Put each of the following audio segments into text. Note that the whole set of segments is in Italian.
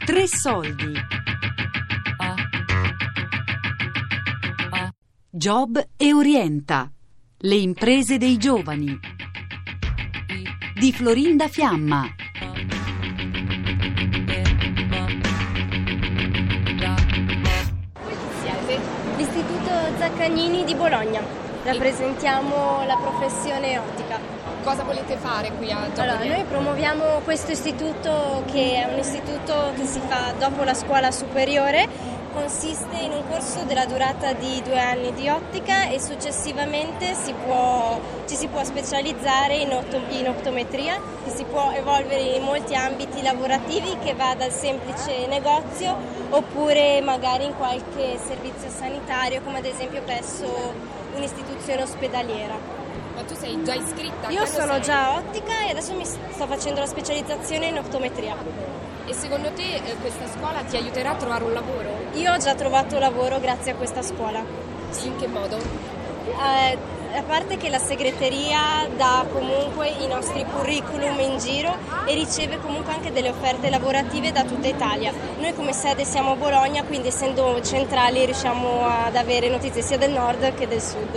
Tre soldi. Job e Orienta. Le imprese dei giovani. Di Florinda Fiamma. Siete l'Istituto Zaccagnini di Bologna. Rappresentiamo la professione ottica. Cosa volete fare qui a Job? Allora, noi promuoviamo questo istituto, che è un istituto che si fa dopo la scuola superiore. Consiste in un corso della durata di 2 anni di ottica e successivamente ci si può specializzare in optometria, che si può evolvere in molti ambiti lavorativi, che va dal semplice negozio oppure magari in qualche servizio sanitario, come ad esempio presso un'istituzione ospedaliera. Ma tu sei già iscritta? Io sono già ottica e adesso mi sto facendo la specializzazione in optometria. E secondo te questa scuola ti aiuterà a trovare un lavoro? Io ho già trovato lavoro grazie a questa scuola. Sì, in che modo? A parte che la segreteria dà comunque i nostri curriculum in giro e riceve comunque anche delle offerte lavorative da tutta Italia. Noi come sede siamo a Bologna, quindi essendo centrali riusciamo ad avere notizie sia del nord che del sud.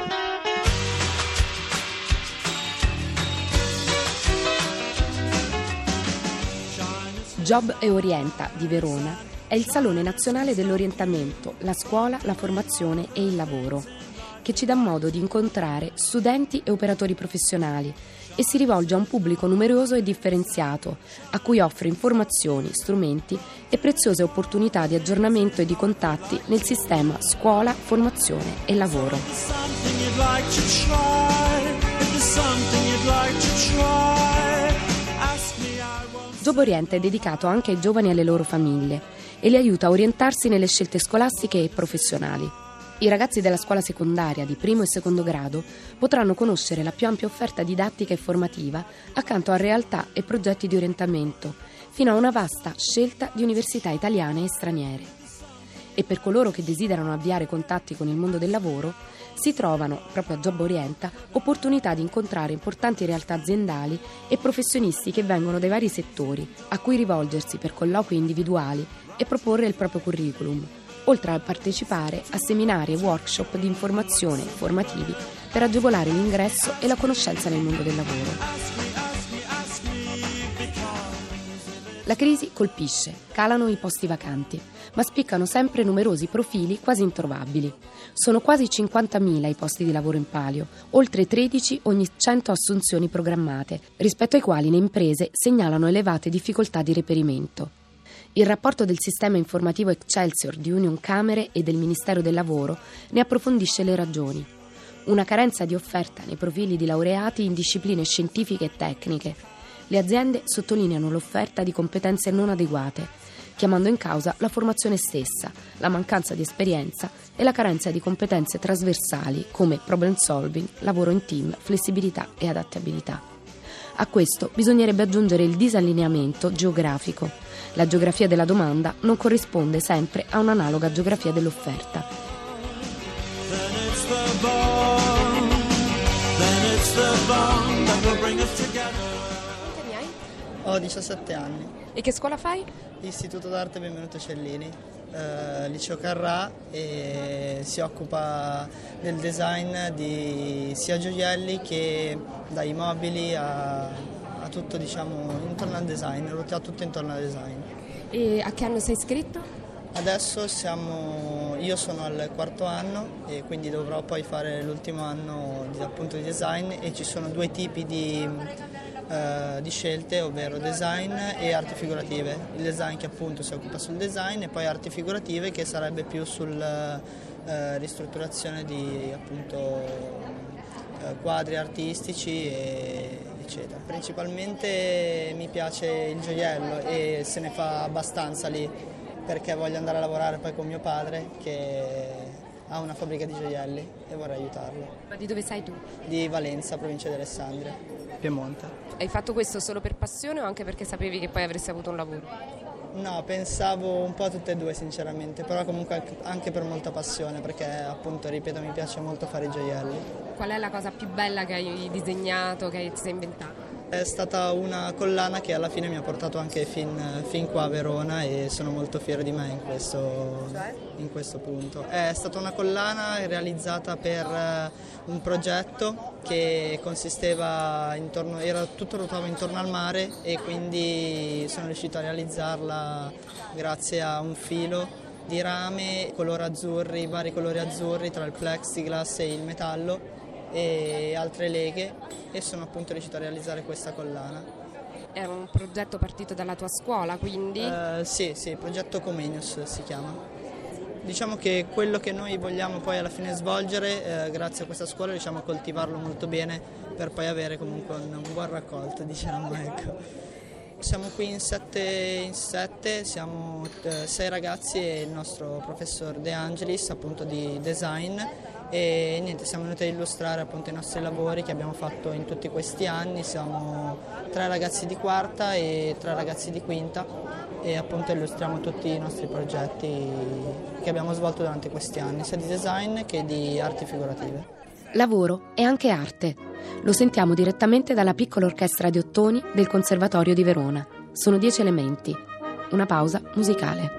Job e Orienta di Verona è il salone nazionale dell'orientamento, la scuola, la formazione e il lavoro, che ci dà modo di incontrare studenti e operatori professionali e si rivolge a un pubblico numeroso e differenziato, a cui offre informazioni, strumenti e preziose opportunità di aggiornamento e di contatti nel sistema scuola, formazione e lavoro. Job Orienta è dedicato anche ai giovani e alle loro famiglie e li aiuta a orientarsi nelle scelte scolastiche e professionali. I ragazzi della scuola secondaria di primo e secondo grado potranno conoscere la più ampia offerta didattica e formativa accanto a realtà e progetti di orientamento, fino a una vasta scelta di università italiane e straniere. E per coloro che desiderano avviare contatti con il mondo del lavoro, si trovano, proprio a Job Orienta, opportunità di incontrare importanti realtà aziendali e professionisti che vengono dai vari settori, a cui rivolgersi per colloqui individuali e proporre il proprio curriculum, oltre a partecipare a seminari e workshop di informazione formativi per agevolare l'ingresso e la conoscenza nel mondo del lavoro. La crisi colpisce, calano i posti vacanti, ma spiccano sempre numerosi profili quasi introvabili. Sono quasi 50.000 i posti di lavoro in palio, oltre 13 ogni 100 assunzioni programmate, rispetto ai quali le imprese segnalano elevate difficoltà di reperimento. Il rapporto del sistema informativo Excelsior di Union Camere e del Ministero del Lavoro ne approfondisce le ragioni. Una carenza di offerta nei profili di laureati in discipline scientifiche e tecniche. Le aziende sottolineano l'offerta di competenze non adeguate, chiamando in causa la formazione stessa, la mancanza di esperienza e la carenza di competenze trasversali come problem solving, lavoro in team, flessibilità e adattabilità. A questo bisognerebbe aggiungere il disallineamento geografico. La geografia della domanda non corrisponde sempre a un'analoga geografia dell'offerta. Ho 17 anni. E che scuola fai? Istituto d'Arte Benvenuto Cellini, Liceo Carrà, e si occupa del design di sia gioielli che dai mobili a tutto, diciamo, intorno al design, ruota tutto intorno al design. E a che anno sei iscritto? Adesso io sono al 4º anno e quindi dovrò poi fare l'ultimo anno appunto di design, e ci sono 2 tipi di scelte, ovvero design e arti figurative. Il design che appunto si occupa sul design, e poi arti figurative che sarebbe più sul ristrutturazione di appunto quadri artistici eccetera. Principalmente mi piace il gioiello e se ne fa abbastanza lì, perché voglio andare a lavorare poi con mio padre che ha una fabbrica di gioielli e vorrei aiutarlo. Ma di dove sei tu? Di Valenza, provincia di Alessandria, Piemonte. Hai fatto questo solo per passione o anche perché sapevi che poi avresti avuto un lavoro? No, pensavo un po' a tutte e due sinceramente, però comunque anche per molta passione, perché appunto, ripeto, mi piace molto fare i gioielli. Qual è la cosa più bella che hai disegnato, che ti sei inventato? È stata una collana che alla fine mi ha portato anche fin qua a Verona e sono molto fiero di me in questo punto. È stata una collana realizzata per un progetto che consisteva era tutto ruotava intorno al mare e quindi sono riuscito a realizzarla grazie a un filo di rame, vari colori azzurri tra il plexiglass e il metallo e altre leghe e sono appunto riuscito a realizzare questa collana. Era un progetto partito dalla tua scuola, quindi? Sì, il progetto Comenius si chiama. Diciamo che quello che noi vogliamo poi alla fine svolgere, grazie a questa scuola riusciamo a coltivarlo molto bene per poi avere comunque un buon raccolto, diciamo, ecco. Siamo qui in sette, siamo 6 ragazzi e il nostro professor De Angelis appunto di design e niente, siamo venuti a illustrare appunto i nostri lavori che abbiamo fatto in tutti questi anni. Siamo 3 ragazzi di quarta e 3 ragazzi di quinta e appunto illustriamo tutti i nostri progetti che abbiamo svolto durante questi anni, sia di design che di arti figurative. Lavoro è anche arte. Lo sentiamo direttamente dalla piccola orchestra di ottoni del Conservatorio di Verona. Sono 10 elementi. Una pausa musicale.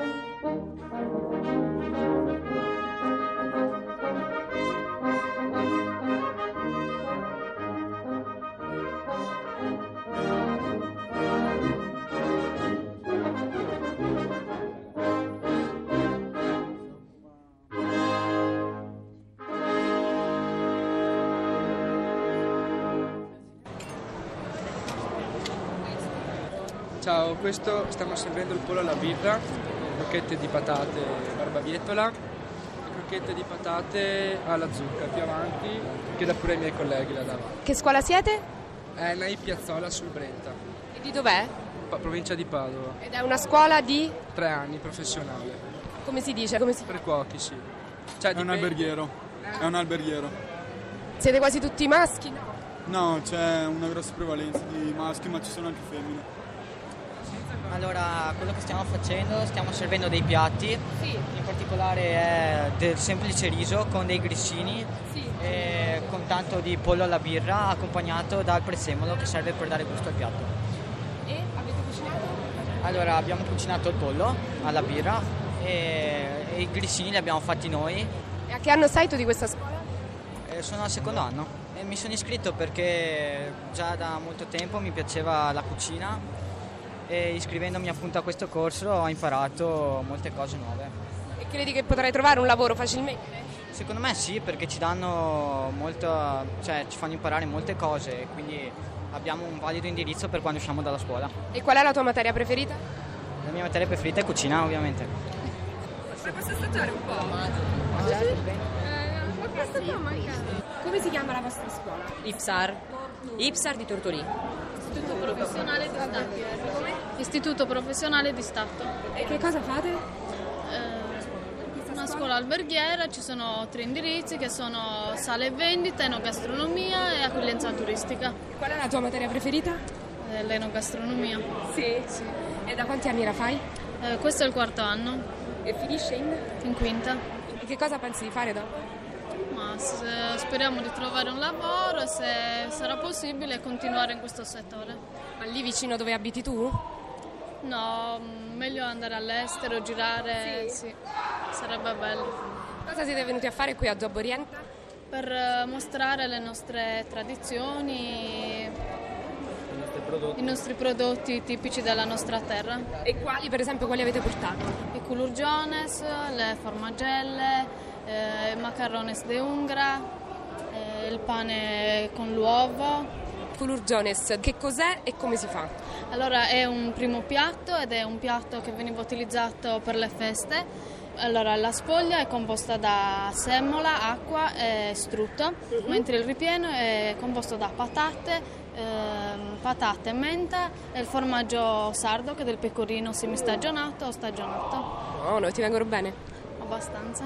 Ciao, questo stiamo servendo il pollo alla birra, crocchette di patate barbabietola e crocchette di patate alla zucca più avanti, che da pure ai miei colleghi la davano. Che scuola siete? È Nai Piazzola sul Brenta, E di dov'è? provincia di Padova. Ed è una scuola di? 3 anni, professionale. Come si dice? Per cuochi, sì. Cioè, È un alberghiero. È un alberghiero. Siete quasi tutti maschi? No. No, c'è una grossa prevalenza di maschi, ma ci sono anche femmine. Allora, quello che stiamo facendo, stiamo servendo dei piatti, Sì. in particolare è del semplice riso con dei grissini Sì. e con tanto di pollo alla birra accompagnato dal prezzemolo che serve per dare gusto al piatto. E avete cucinato? Allora, abbiamo cucinato il pollo alla birra e i grissini li abbiamo fatti noi. E a che anno sei tu di questa scuola? Sono al secondo anno e mi sono iscritto perché già da molto tempo mi piaceva la cucina e iscrivendomi appunto a questo corso ho imparato molte cose nuove. E credi che potrai trovare un lavoro facilmente? Secondo me sì, perché ci danno molto, cioè ci fanno imparare molte cose, quindi abbiamo un valido indirizzo per quando usciamo dalla scuola. E qual è la tua materia preferita? La mia materia preferita è cucina, ovviamente. Ma posso assaggiare un po'? Come si chiama la vostra scuola? IPSAR di Tortolì. Istituto professionale di Stato. Istituto professionale di Stato. E che cosa fate? Una scuola alberghiera, ci sono 3 indirizzi che sono sale e vendita, enogastronomia e accoglienza turistica. Qual è la tua materia preferita? L'enogastronomia. Sì. E da quanti anni la fai? Questo è il 4º anno, E finisce in quinta. E che cosa pensi di fare dopo? Ma speriamo di trovare un lavoro e se sarà possibile continuare in questo settore. Ma lì vicino dove abiti tu? No, meglio andare all'estero, girare, sì, sarebbe bello. Cosa siete venuti a fare qui a Job Orienta? Per mostrare le nostre tradizioni, i nostri prodotti tipici della nostra terra. E quali, per esempio, quali avete portato? I culurgiones, le formagelle, macarrones de Ungra, il pane con l'uovo. Culurgiones, che cos'è e come si fa? Allora è un primo piatto ed è un piatto che veniva utilizzato per le feste. Allora la spoglia è composta da semola, acqua e strutto, mentre il ripieno è composto da patate, menta e il formaggio sardo che è del pecorino semistagionato o stagionato. Buono, ti vengono bene? Abbastanza.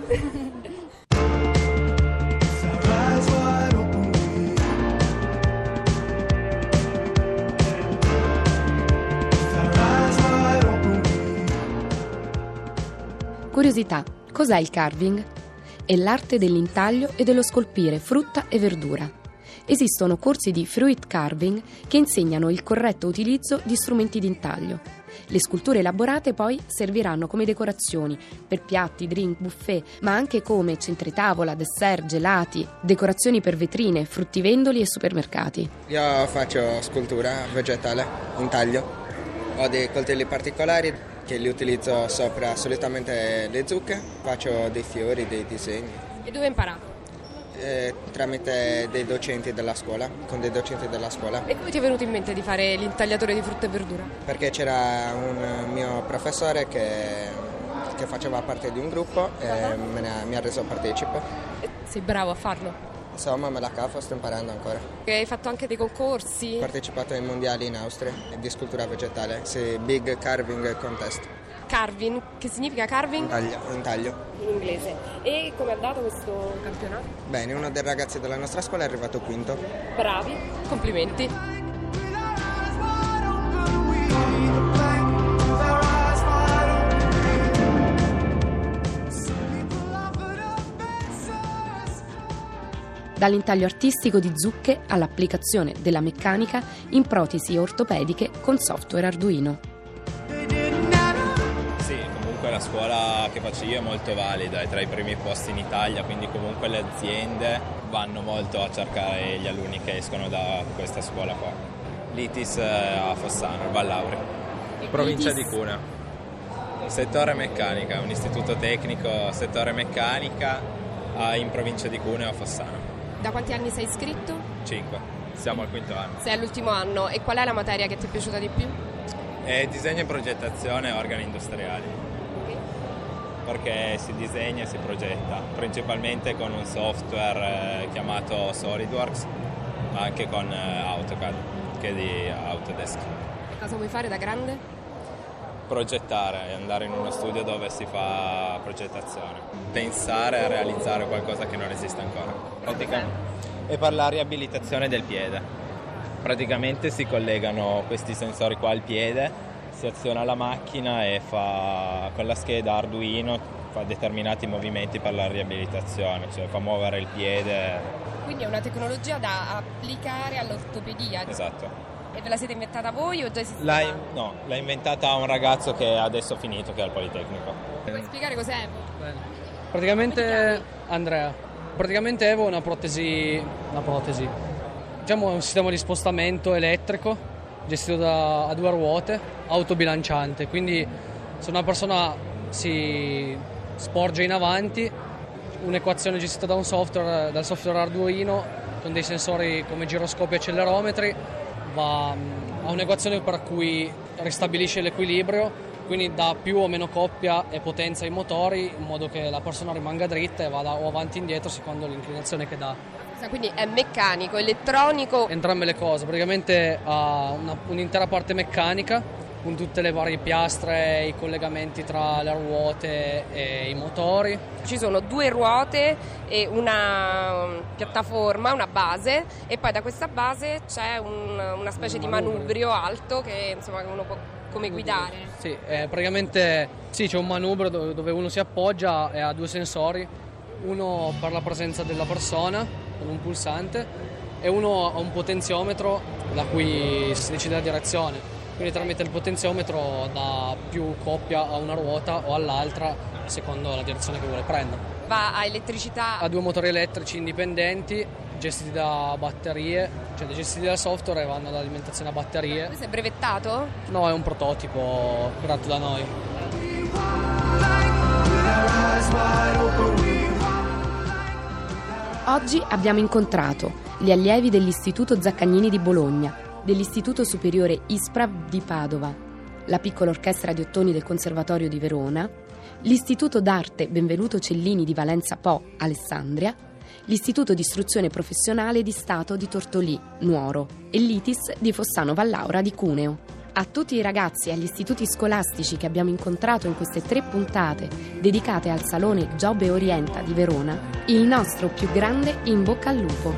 Curiosità, cos'è il carving? È l'arte dell'intaglio e dello scolpire frutta e verdura. Esistono corsi di fruit carving che insegnano il corretto utilizzo di strumenti d'intaglio. Le sculture elaborate poi serviranno come decorazioni per piatti, drink, buffet, ma anche come centritavola, dessert, gelati, decorazioni per vetrine, fruttivendoli e supermercati. Io faccio scultura vegetale in taglio. Ho dei coltelli particolari che li utilizzo sopra solitamente le zucche. Faccio dei fiori, dei disegni. E dove hai imparato? Tramite dei docenti della scuola, con dei docenti della scuola. E come ti è venuto in mente di fare l'intagliatore di frutta e verdura? Perché c'era un mio professore che faceva parte di un gruppo e mi ha reso partecipe. E sei bravo a farlo? Insomma, me la cavo, sto imparando ancora. E hai fatto anche dei concorsi? Ho partecipato ai mondiali in Austria di scultura vegetale, Big Carving Contest. Carving, che significa carving? In taglio. In inglese. E come è andato questo campionato? Bene, uno dei ragazzi della nostra scuola è arrivato quinto. Bravi, complimenti. Dall'intaglio artistico di zucche all'applicazione della meccanica in protesi ortopediche con software Arduino. La scuola che faccio io è molto valida, è tra i primi posti in Italia, quindi comunque le aziende vanno molto a cercare gli alunni che escono da questa scuola qua. L'ITIS a Fossano, Val Lauri, provincia di Cuneo. Settore meccanica, un istituto tecnico, settore meccanica in provincia di Cuneo a Fossano. Da quanti anni sei iscritto? 5, siamo al quinto anno. Sei all'ultimo anno, e qual è la materia che ti è piaciuta di più? È disegno e progettazione e organi industriali. Perché si disegna e si progetta, principalmente con un software chiamato SolidWorks, ma anche con AutoCAD, che è di Autodesk. E cosa vuoi fare da grande? Progettare, andare in uno studio dove si fa progettazione, pensare a realizzare qualcosa che non esiste ancora. E per la riabilitazione del piede. Praticamente si collegano questi sensori qua al piede, si aziona la macchina e fa con la scheda Arduino fa determinati movimenti per la riabilitazione, cioè fa muovere il piede. Quindi è una tecnologia da applicare all'ortopedia. Esatto. E ve la siete inventata voi o già esisteva? No, l'ha inventata un ragazzo che adesso ha finito, che è al Politecnico. Puoi spiegare cos'è Evo? Praticamente Andrea, Evo è una protesi, diciamo un sistema di spostamento elettrico gestito a 2 ruote, autobilanciante, quindi se una persona si sporge in avanti, un'equazione gestita dal software Arduino con dei sensori come giroscopi e accelerometri va a un'equazione per cui ristabilisce l'equilibrio, quindi dà più o meno coppia e potenza ai motori in modo che la persona rimanga dritta e vada o avanti e indietro secondo l'inclinazione che dà. Quindi è meccanico, elettronico? Entrambe le cose, praticamente ha un'intera parte meccanica con tutte le varie piastre, i collegamenti tra le ruote e i motori. Ci sono 2 ruote e una piattaforma, una base, e poi da questa base c'è una specie di manubrio alto che insomma uno può come guidare. Sì, praticamente sì, c'è un manubrio dove uno si appoggia e ha 2 sensori, uno per la presenza della persona con un pulsante e uno ha un potenziometro da cui si decide la direzione, quindi tramite il potenziometro dà più coppia a una ruota o all'altra secondo la direzione che vuole prendere. Va a elettricità? Ha 2 motori elettrici indipendenti gestiti da batterie, cioè gestiti dal software e vanno ad alimentazione a batterie. Questo è brevettato? No, è un prototipo creato da noi. Oggi abbiamo incontrato gli allievi dell'Istituto Zaccagnini di Bologna, dell'Istituto Superiore ISPRAV di Padova, la piccola orchestra di ottoni del Conservatorio di Verona, l'Istituto d'Arte Benvenuto Cellini di Valenza Po, Alessandria, l'Istituto di Istruzione Professionale di Stato di Tortolì, Nuoro e l'ITIS di Fossano Vallaura di Cuneo. A tutti i ragazzi e agli istituti scolastici che abbiamo incontrato in queste 3 puntate dedicate al Salone Job e Orienta di Verona, il nostro più grande in bocca al lupo.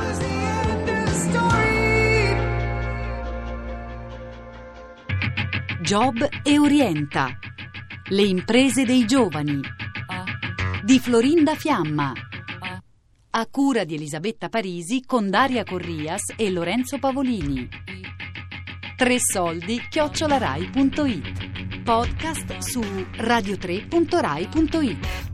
Job e Orienta. Le imprese dei giovani. Di Florinda Fiamma. a cura di Elisabetta Parisi con Daria Corrias e Lorenzo Pavolini. 3soldi@rai.it. Podcast su radio3.rai.it.